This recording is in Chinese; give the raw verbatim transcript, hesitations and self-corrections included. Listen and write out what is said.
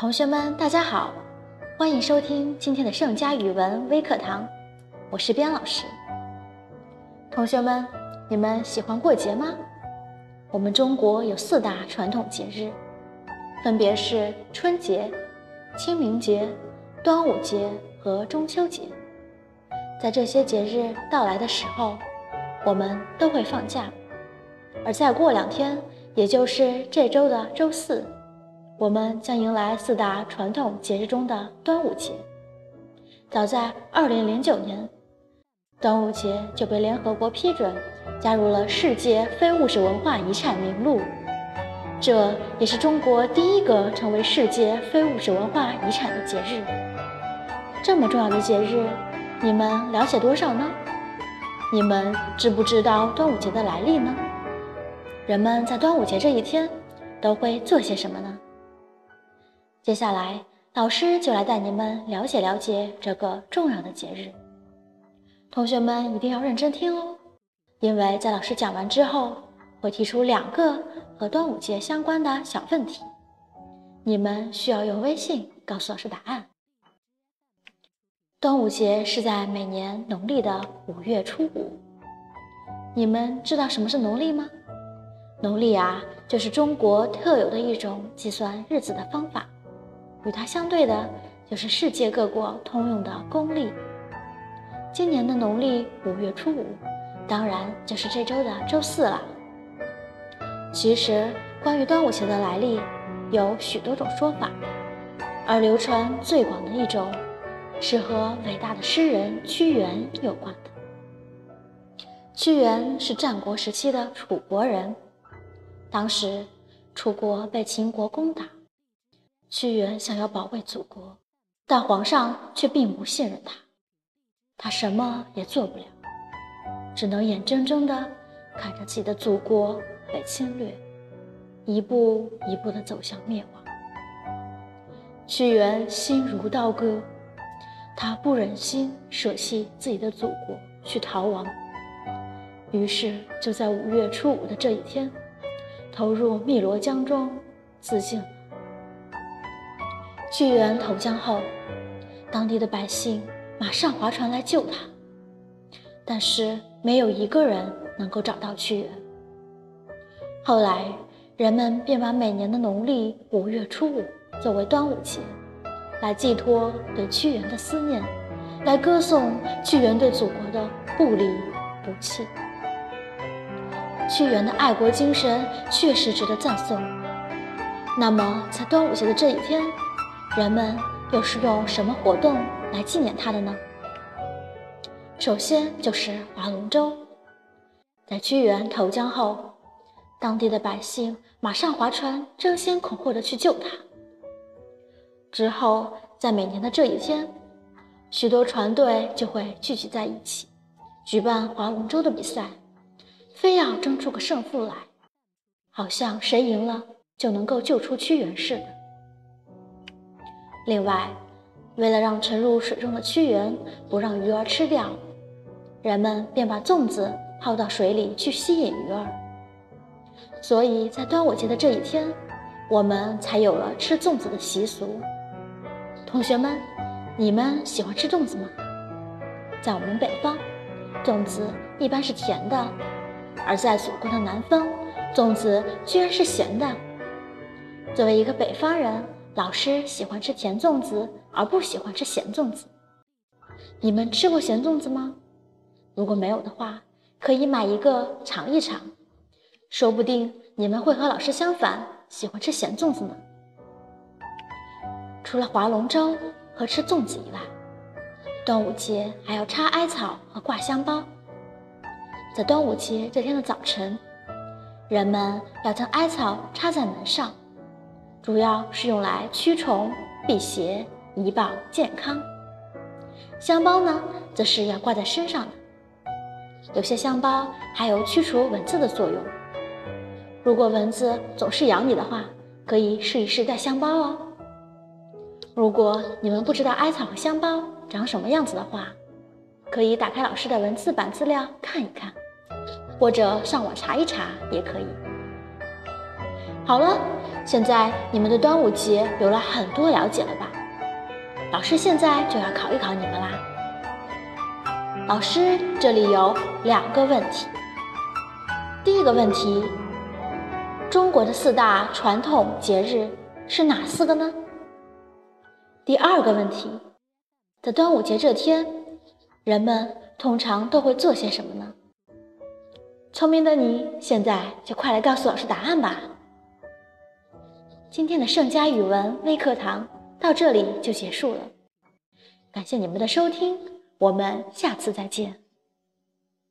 同学们，大家好，欢迎收听今天的盛佳语文微课堂，我是边老师。同学们，你们喜欢过节吗？我们中国有四大传统节日，分别是春节、清明节、端午节和中秋节。在这些节日到来的时候，我们都会放假，而再过两天，也就是这周的周四，我们将迎来四大传统节日中的端午节。早在二零零九年，端午节就被联合国批准加入了世界非物质文化遗产名录，这也是中国第一个成为世界非物质文化遗产的节日。这么重要的节日，你们了解多少呢？你们知不知道端午节的来历呢？人们在端午节这一天都会做些什么呢？接下来，老师就来带你们了解了解这个重要的节日。同学们一定要认真听哦，因为在老师讲完之后，会提出两个和端午节相关的小问题，你们需要用微信告诉老师答案。端午节是在每年农历的五月初五。你们知道什么是农历吗？农历啊，就是中国特有的一种计算日子的方法，与它相对的就是世界各国通用的公历。今年的农历五月初五，当然就是这周的周四了。其实关于端午节的来历有许多种说法，而流传最广的一种是和伟大的诗人屈原有关的。屈原是战国时期的楚国人，当时楚国被秦国攻打，屈原想要保卫祖国，但皇上却并不信任他，他什么也做不了，只能眼睁睁地看着自己的祖国被侵略，一步一步地走向灭亡。屈原心如刀割，他不忍心舍弃自己的祖国去逃亡，于是就在五月初五的这一天，投入汨罗江中自尽了。屈原投江后，当地的百姓马上划船来救他，但是没有一个人能够找到屈原。后来人们便把每年的农历五月初五作为端午节，来寄托对屈原的思念，来歌颂屈原对祖国的不离不弃。屈原的爱国精神确实值得赞颂。那么在端午节的这一天，人们又是用什么活动来纪念他的呢？首先就是划龙舟。在屈原投江后，当地的百姓马上划船争先恐后地去救他。之后在每年的这一天，许多船队就会聚集在一起，举办划龙舟的比赛，非要争出个胜负来，好像谁赢了就能够救出屈原似的。另外，为了让沉入水中的屈原不让鱼儿吃掉，人们便把粽子抛到水里去吸引鱼儿。所以在端午节的这一天，我们才有了吃粽子的习俗。同学们，你们喜欢吃粽子吗？在我们北方，粽子一般是甜的，而在祖国的南方，粽子居然是咸的。作为一个北方人，老师喜欢吃甜粽子，而不喜欢吃咸粽子。你们吃过咸粽子吗？如果没有的话，可以买一个尝一尝，说不定你们会和老师相反，喜欢吃咸粽子呢。除了划龙舟和吃粽子以外，端午节还要插艾草和挂香包。在端午节这天的早晨，人们要将艾草插在门上，主要是用来驱虫、辟邪、以保健康。香包呢，则是要挂在身上的。有些香包还有驱除蚊子的作用。如果蚊子总是咬你的话，可以试一试带香包哦。如果你们不知道艾草和香包长什么样子的话，可以打开老师的文字版资料看一看，或者上网查一查也可以。 好了，现在你们对端午节有了很多了解了吧？老师现在就要考一考你们啦。老师这里有两个问题。第一个问题，中国的四大传统节日是哪四个呢？第二个问题，在端午节这天，人们通常都会做些什么呢？聪明的你，现在就快来告诉老师答案吧。今天的盛佳语文微课堂到这里就结束了，感谢你们的收听，我们下次再见。